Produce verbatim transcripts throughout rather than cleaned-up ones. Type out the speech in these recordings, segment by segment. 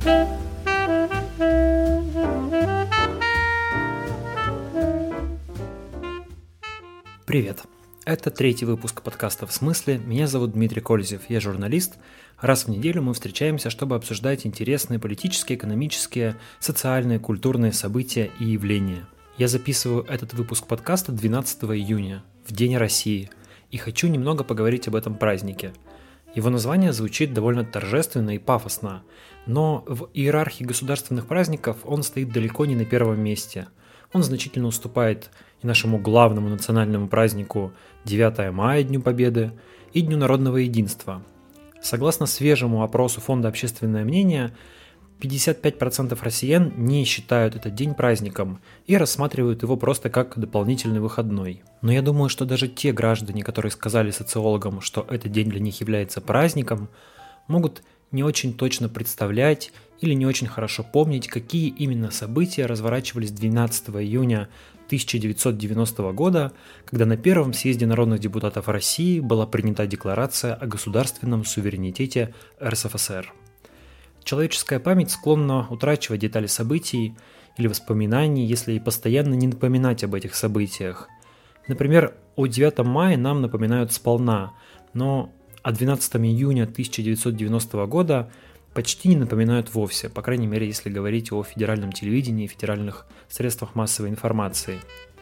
Привет! Это третий выпуск подкаста «В смысле?». Меня зовут Дмитрий Кользев, я журналист. Раз в неделю мы встречаемся, чтобы обсуждать интересные политические, экономические, социальные, культурные события и явления. Я записываю этот выпуск подкаста двенадцатого июня, в День России, и хочу немного поговорить об этом празднике. Его название звучит довольно торжественно и пафосно, но в иерархии государственных праздников он стоит далеко не на первом месте. Он значительно уступает и нашему главному национальному празднику девятого мая, Дню Победы, и Дню народного единства. Согласно свежему опросу Фонда «Общественное мнение», пятьдесят пять процентов россиян не считают этот день праздником и рассматривают его просто как дополнительный выходной. Но я думаю, что даже те граждане, которые сказали социологам, что этот день для них является праздником, могут не очень точно представлять или не очень хорошо помнить, какие именно события разворачивались двенадцатого июня тысяча девятьсот девяностого года, когда на Первом съезде народных депутатов России была принята Декларация о государственном суверенитете эр эс эф эс эр. Человеческая память склонна утрачивать детали событий или воспоминаний, если и постоянно не напоминать об этих событиях. Например, о девятом мая нам напоминают сполна, но о двенадцатого июня тысяча девятьсот девяностого года почти не напоминают вовсе, по крайней мере, если говорить о федеральном телевидении и федеральных средствах массовой информации.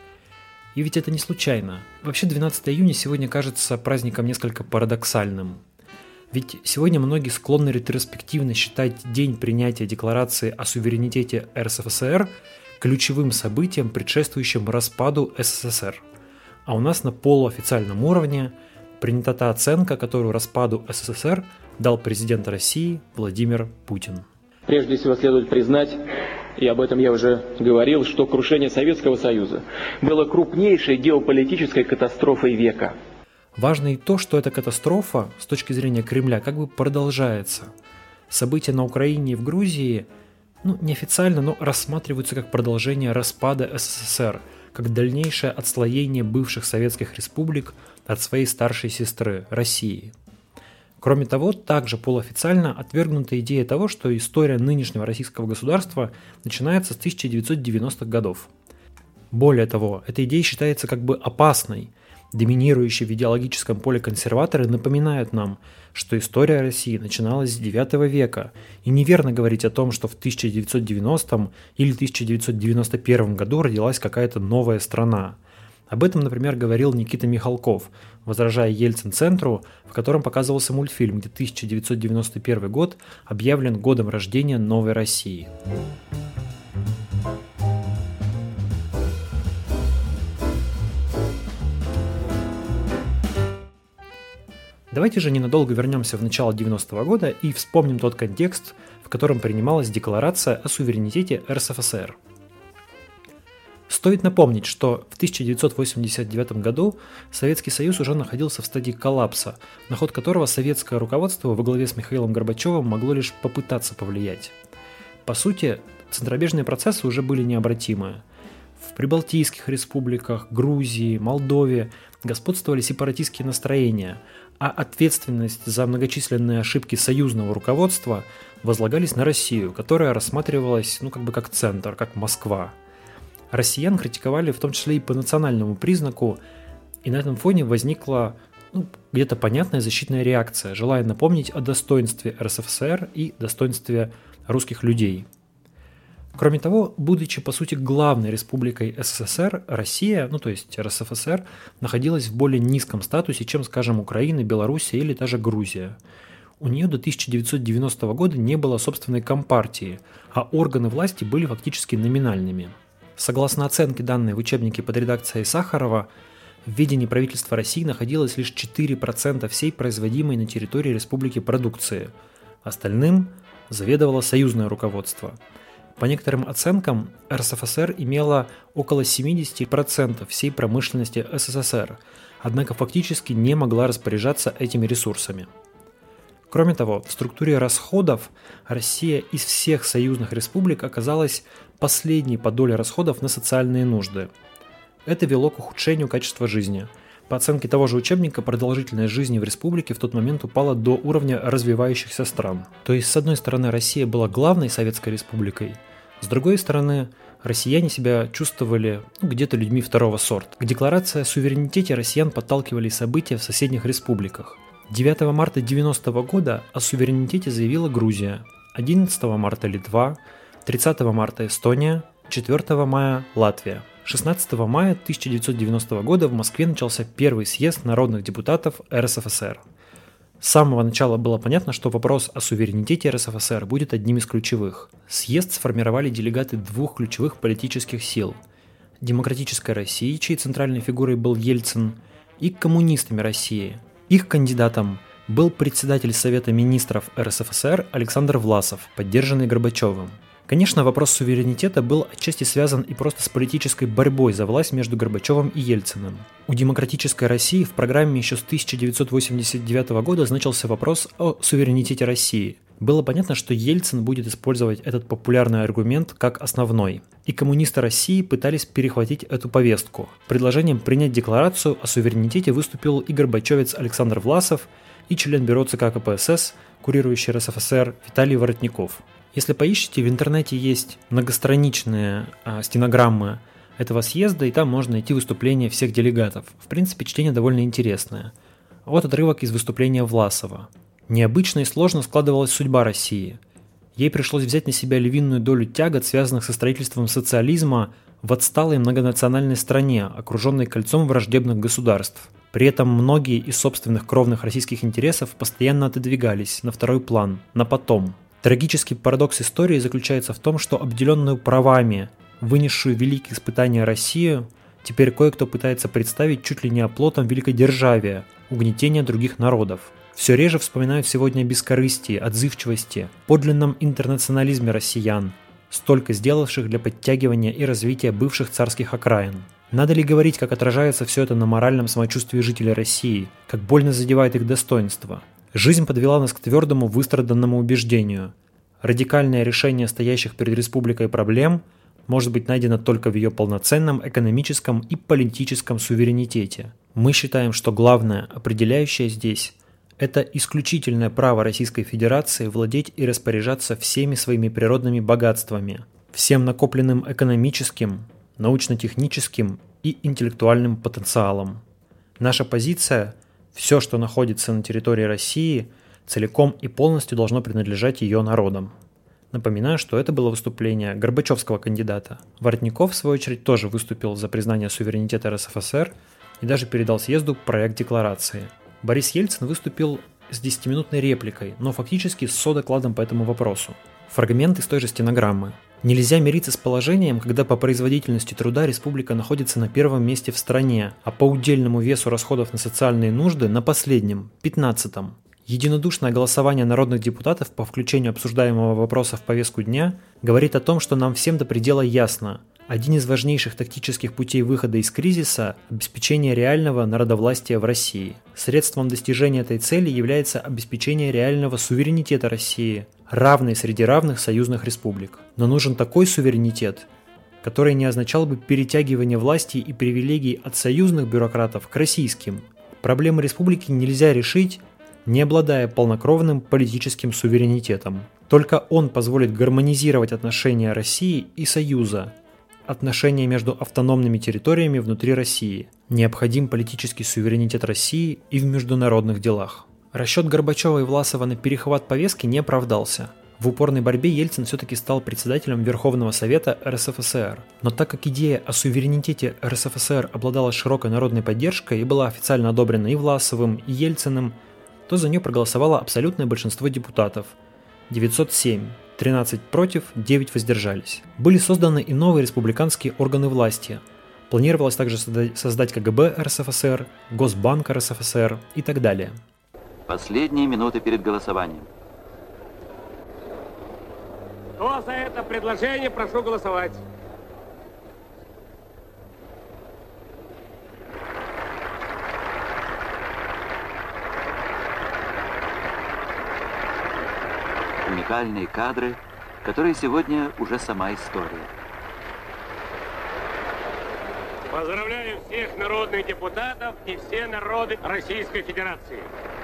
И ведь это не случайно. Вообще двенадцатого июня сегодня кажется праздником несколько парадоксальным. Ведь сегодня многие склонны ретроспективно считать день принятия Декларации о суверенитете эр эс эф эс эр ключевым событием, предшествующим распаду эс эс эс эр. А у нас на полуофициальном уровне принята та оценка, которую распаду эс эс эс эр дал президент России Владимир Путин. Прежде всего следует признать, и об этом я уже говорил, что крушение Советского Союза было крупнейшей геополитической катастрофой века. Важно и то, что эта катастрофа с точки зрения Кремля как бы продолжается. События на Украине и в Грузии, ну, неофициально, но рассматриваются как продолжение распада эс эс эс эр, как дальнейшее отслоение бывших советских республик от своей старшей сестры России. Кроме того, также полуофициально отвергнута идея того, что история нынешнего российского государства начинается с тысяча девятьсот девяностых годов. Более того, эта идея считается как бы опасной. Доминирующие в идеологическом поле консерваторы напоминают нам, что история России начиналась с девятого века, и неверно говорить о том, что в тысяча девятьсот девяностом или тысяча девятьсот девяносто первом году родилась какая-то новая страна. Об этом, например, говорил Никита Михалков, возражая Ельцин-центру, в котором показывался мультфильм, где тысяча девятьсот девяносто первый год объявлен годом рождения новой России. Давайте же ненадолго вернемся в начало девяностого года и вспомним тот контекст, в котором принималась Декларация о суверенитете эр эс эф эс эр. Стоит напомнить, что в тысяча девятьсот восемьдесят девятом году Советский Союз уже находился в стадии коллапса, на ход которого советское руководство во главе с Михаилом Горбачевым могло лишь попытаться повлиять. По сути, центробежные процессы уже были необратимы. В прибалтийских республиках, Грузии, Молдове господствовали сепаратистские настроения, а ответственность за многочисленные ошибки союзного руководства возлагались на Россию, которая рассматривалась ну как бы как центр, как Москва. Россиян критиковали в том числе и по национальному признаку, и на этом фоне возникла ну, где-то понятная защитная реакция, желая напомнить о достоинстве эр эс эф эс эр и достоинстве русских людей. Кроме того, будучи по сути главной республикой эс эс эс эр, Россия, ну то есть эр эс эф эс эр, находилась в более низком статусе, чем, скажем, Украина, Белоруссия или даже Грузия. У нее до тысяча девятьсот девяностого года не было собственной компартии, а органы власти были фактически номинальными. Согласно оценке, данной в учебнике под редакцией Сахарова, в ведении правительства России находилось лишь четыре процента всей производимой на территории республики продукции. Остальным заведовало союзное руководство. По некоторым оценкам, эр эс эф эс эр имела около семьдесят процентов всей промышленности эс эс эс эр, однако фактически не могла распоряжаться этими ресурсами. Кроме того, в структуре расходов Россия из всех союзных республик оказалась последней по доле расходов на социальные нужды. Это вело к ухудшению качества жизни. По оценке того же учебника, продолжительность жизни в республике в тот момент упала до уровня развивающихся стран. То есть, с одной стороны, Россия была главной советской республикой, с другой стороны, россияне себя чувствовали ну, где-то людьми второго сорта. К декларации о суверенитете россиян подталкивали события в соседних республиках. девятого марта девяностого года о суверенитете заявила Грузия, одиннадцатого марта Литва, тридцатого марта Эстония, четвёртого мая Латвия. шестнадцатого мая тысяча девятьсот девяностого года в Москве начался первый съезд народных депутатов эр эс эф эс эр. С самого начала было понятно, что вопрос о суверенитете эр эс эф эс эр будет одним из ключевых. Съезд сформировали делегаты двух ключевых политических сил – Демократической России, чьей центральной фигурой был Ельцин, и Коммунистами России. Их кандидатом был председатель Совета министров эр эс эф эс эр Александр Власов, поддержанный Горбачевым. Конечно, вопрос суверенитета был отчасти связан и просто с политической борьбой за власть между Горбачевым и Ельциным. У Демократической России в программе еще с тысяча девятьсот восемьдесят девятого года значился вопрос о суверенитете России. Было понятно, что Ельцин будет использовать этот популярный аргумент как основной. И коммунисты России пытались перехватить эту повестку. Предложением принять декларацию о суверенитете выступил и горбачевец Александр Власов, и член бюро ЦК ка пэ эс эс, курирующий эр эс эф эс эр, Виталий Воротников. Если поищите, в интернете есть многостраничные а, стенограммы этого съезда, и там можно найти выступления всех делегатов. В принципе, чтение довольно интересное. Вот отрывок из выступления Власова. Необычно и сложно складывалась судьба России. Ей пришлось взять на себя львиную долю тягот, связанных со строительством социализма в отсталой многонациональной стране, окруженной кольцом враждебных государств. При этом многие из собственных кровных российских интересов постоянно отодвигались на второй план, на потом. Трагический парадокс истории заключается в том, что обделенную правами, вынесшую великие испытания Россию, теперь кое-кто пытается представить чуть ли не оплотом великодержавия, угнетения других народов. Все реже вспоминают сегодня о бескорыстии, отзывчивости, подлинном интернационализме россиян, столько сделавших для подтягивания и развития бывших царских окраин. Надо ли говорить, как отражается все это на моральном самочувствии жителей России, как больно задевает их достоинство? Жизнь подвела нас к твердому выстраданному убеждению. Радикальное решение стоящих перед республикой проблем может быть найдено только в ее полноценном экономическом и политическом суверенитете. Мы считаем, что главное, определяющее здесь, это исключительное право Российской Федерации владеть и распоряжаться всеми своими природными богатствами, всем накопленным экономическим, научно-техническим и интеллектуальным потенциалом. Наша позиция – все, что находится на территории России, целиком и полностью должно принадлежать ее народам. Напоминаю, что это было выступление горбачевского кандидата. Воротников, в свою очередь, тоже выступил за признание суверенитета эр эс эф эс эр и даже передал съезду проект декларации. Борис Ельцин выступил с десятиминутной репликой, но фактически с содокладом по этому вопросу. Фрагмент из той же стенограммы. Нельзя мириться с положением, когда по производительности труда республика находится на первом месте в стране, а по удельному весу расходов на социальные нужды на последнем, пятнадцатом. Единодушное голосование народных депутатов по включению обсуждаемого вопроса в повестку дня говорит о том, что нам всем до предела ясно. Один из важнейших тактических путей выхода из кризиса – обеспечение реального народовластия в России. Средством достижения этой цели является обеспечение реального суверенитета России, равной среди равных союзных республик. Но нужен такой суверенитет, который не означал бы перетягивание власти и привилегий от союзных бюрократов к российским. Проблемы республики нельзя решить, не обладая полнокровным политическим суверенитетом. Только он позволит гармонизировать отношения России и Союза, отношения между автономными территориями внутри России. Необходим политический суверенитет России и в международных делах. Расчет Горбачева и Власова на перехват повестки не оправдался. В упорной борьбе Ельцин все-таки стал председателем Верховного Совета эр эс эф эс эр. Но так как идея о суверенитете эр эс эф эс эр обладала широкой народной поддержкой и была официально одобрена и Власовым, и Ельциным, то за нее проголосовало абсолютное большинство депутатов – девятьсот семь. тринадцать против, девять воздержались. Были созданы и новые республиканские органы власти. Планировалось также создать ка гэ бэ эр эс эф эс эр, Госбанк эр эс эф эс эр и так далее. Последние минуты перед голосованием. Кто за это предложение, прошу голосовать. Уникальные кадры, которые сегодня уже сама история. Поздравляю всех народных депутатов и все народы Российской Федерации.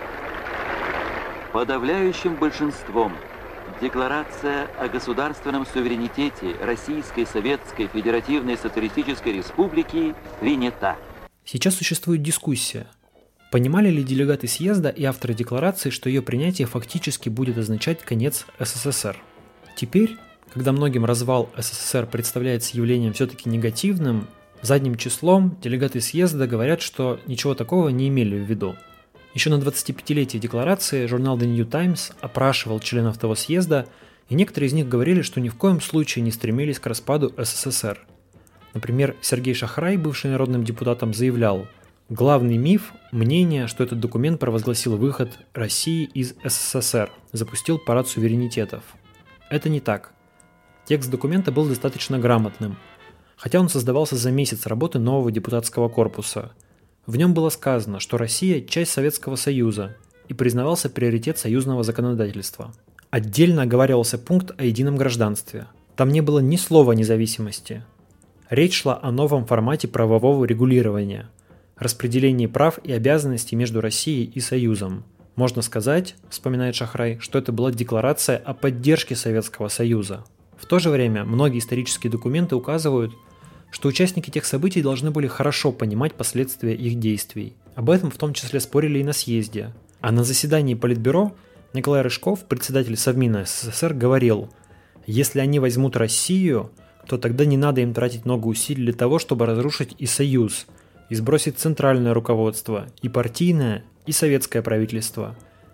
Подавляющим большинством Декларация о государственном суверенитете Российской Советской Федеративной Социалистической Республики принята. Сейчас существует дискуссия. Понимали ли делегаты съезда и авторы декларации, что ее принятие фактически будет означать конец СССР? Теперь, когда многим развал СССР представляется явлением все-таки негативным, задним числом делегаты съезда говорят, что ничего такого не имели в виду. Еще на двадцатипятилетие декларации журнал The New Times опрашивал членов того съезда, и некоторые из них говорили, что ни в коем случае не стремились к распаду СССР. Например, Сергей Шахрай, бывший народным депутатом, заявлял: «Главный миф – мнение, что этот документ провозгласил выход России из СССР, запустил парад суверенитетов. Это не так. Текст документа был достаточно грамотным, хотя он создавался за месяц работы нового депутатского корпуса. В нем было сказано, что Россия – часть Советского Союза, и признавался приоритет союзного законодательства. Отдельно оговаривался пункт о едином гражданстве. Там не было ни слова о независимости. Речь шла о новом формате правового регулирования, распределении прав и обязанностей между Россией и Союзом. Можно сказать, вспоминает Шахрай, что это была декларация о поддержке Советского Союза. В то же время многие исторические документы указывают, что участники тех событий должны были хорошо понимать последствия их действий. Об этом в том числе спорили и на съезде. А на заседании Политбюро Николай Рыжков, председатель Совмина СССР, говорил: «Если они возьмут Россию, то тогда не надо им тратить много усилий для того, чтобы разрушить и Союз, и сбросить центральное руководство, и партийное, и советское правительство.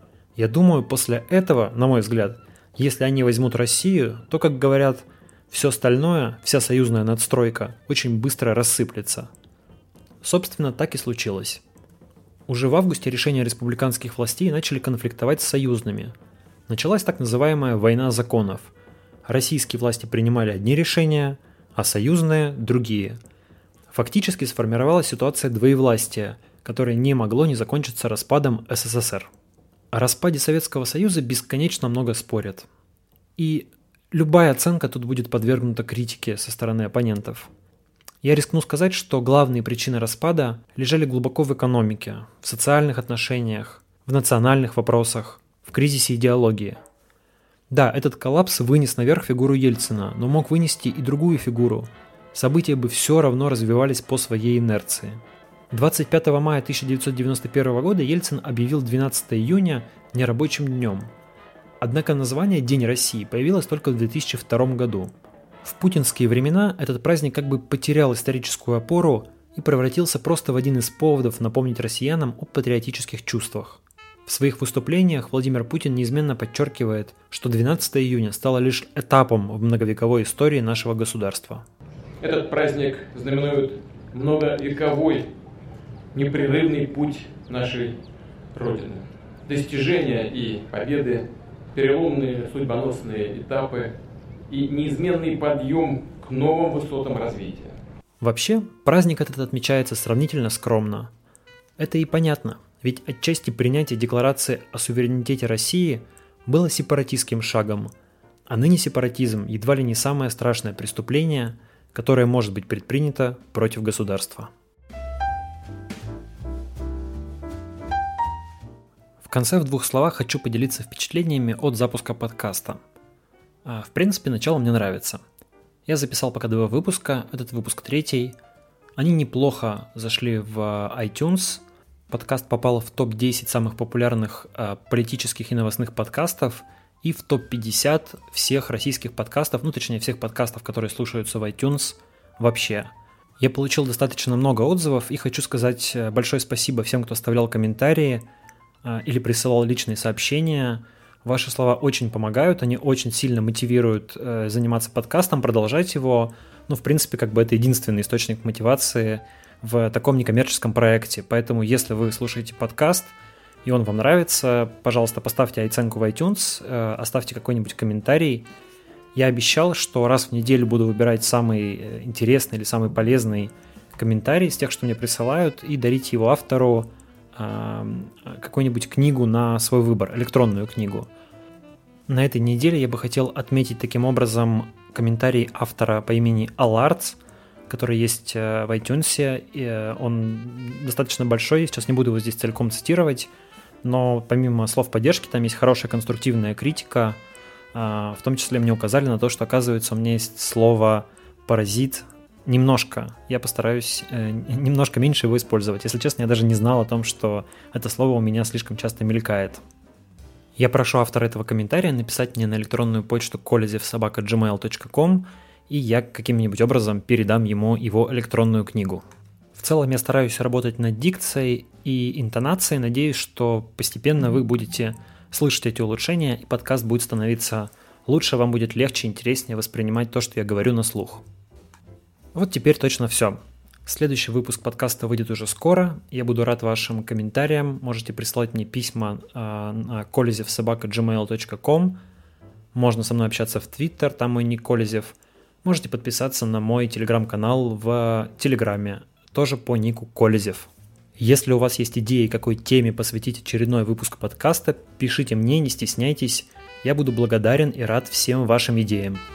Я думаю, после этого, на мой взгляд, если они возьмут Россию, то, как говорят, все остальное, вся союзная надстройка, очень быстро рассыплется». Собственно, так и случилось. Уже в августе решения республиканских властей начали конфликтовать с союзными. Началась так называемая «война законов». Российские власти принимали одни решения, а союзные – другие. Фактически сформировалась ситуация двоевластия, которое не могло не закончиться распадом СССР. О распаде Советского Союза бесконечно много спорят. И любая оценка тут будет подвергнута критике со стороны оппонентов. Я рискну сказать, что главные причины распада лежали глубоко в экономике, в социальных отношениях, в национальных вопросах, в кризисе идеологии. Да, этот коллапс вынес наверх фигуру Ельцина, но мог вынести и другую фигуру. События бы все равно развивались по своей инерции. двадцать пятого мая тысяча девятьсот девяносто первого года Ельцин объявил двенадцатого июня нерабочим днем. Однако название «День России» появилось только в две тысячи втором году. В путинские времена этот праздник как бы потерял историческую опору и превратился просто в один из поводов напомнить россиянам о патриотических чувствах. В своих выступлениях Владимир Путин неизменно подчеркивает, что двенадцатого июня стало лишь этапом в многовековой истории нашего государства. Этот праздник знаменует многовековой непрерывный путь нашей Родины. Достижения и победы, переломные судьбоносные этапы и неизменный подъем к новым высотам развития. Вообще, праздник этот отмечается сравнительно скромно. Это и понятно, ведь отчасти принятие декларации о суверенитете России было сепаратистским шагом, а ныне сепаратизм едва ли не самое страшное преступление, которое может быть предпринято против государства. В конце в двух словах хочу поделиться впечатлениями от запуска подкаста. В принципе, начало мне нравится. Я записал пока два выпуска, этот выпуск третий. Они неплохо зашли в iTunes. Подкаст попал в топ десять самых популярных э, политических и новостных подкастов и в топ пятьдесят всех российских подкастов, ну точнее всех подкастов, которые слушаются в iTunes вообще. Я получил достаточно много отзывов и хочу сказать большое спасибо всем, кто оставлял комментарии э, или присылал личные сообщения. Ваши слова очень помогают, они очень сильно мотивируют э, заниматься подкастом, продолжать его. Ну, в принципе, как бы это единственный источник мотивации в таком некоммерческом проекте. Поэтому, если вы слушаете подкаст и он вам нравится, пожалуйста, поставьте оценку в iTunes, э, оставьте какой-нибудь комментарий. Я обещал, что раз в неделю буду выбирать самый интересный или самый полезный комментарий из тех, что мне присылают, и дарить его автору какую-нибудь книгу на свой выбор, электронную книгу. На этой неделе я бы хотел отметить таким образом комментарий автора по имени Алартс, который есть в iTunes. Он достаточно большой, сейчас не буду его здесь целиком цитировать, но помимо слов поддержки там есть хорошая конструктивная критика. В том числе мне указали на то, что, оказывается, у меня есть слово «паразит» немножко. Я постараюсь немножко меньше его использовать. Если честно, я даже не знал о том, что это слово у меня слишком часто мелькает. Я прошу автора этого комментария написать мне на электронную почту колезев собака джи мейл точка ком, и я каким-нибудь образом передам ему его электронную книгу. В целом я стараюсь работать над дикцией и интонацией, надеюсь, что постепенно вы будете слышать эти улучшения, и подкаст будет становиться лучше, вам будет легче, интереснее воспринимать то, что я говорю на слух. Вот теперь точно все. Следующий выпуск подкаста выйдет уже скоро. Я буду рад вашим комментариям. Можете присылать мне письма э, на колезев собака джи мейл точка ком. Можно со мной общаться в Твиттер, там мой ник Колезев. Можете подписаться на мой телеграм-канал в Телеграме, тоже по нику Колезев. Если у вас есть идеи, какой теме посвятить очередной выпуск подкаста, пишите мне, не стесняйтесь. Я буду благодарен и рад всем вашим идеям.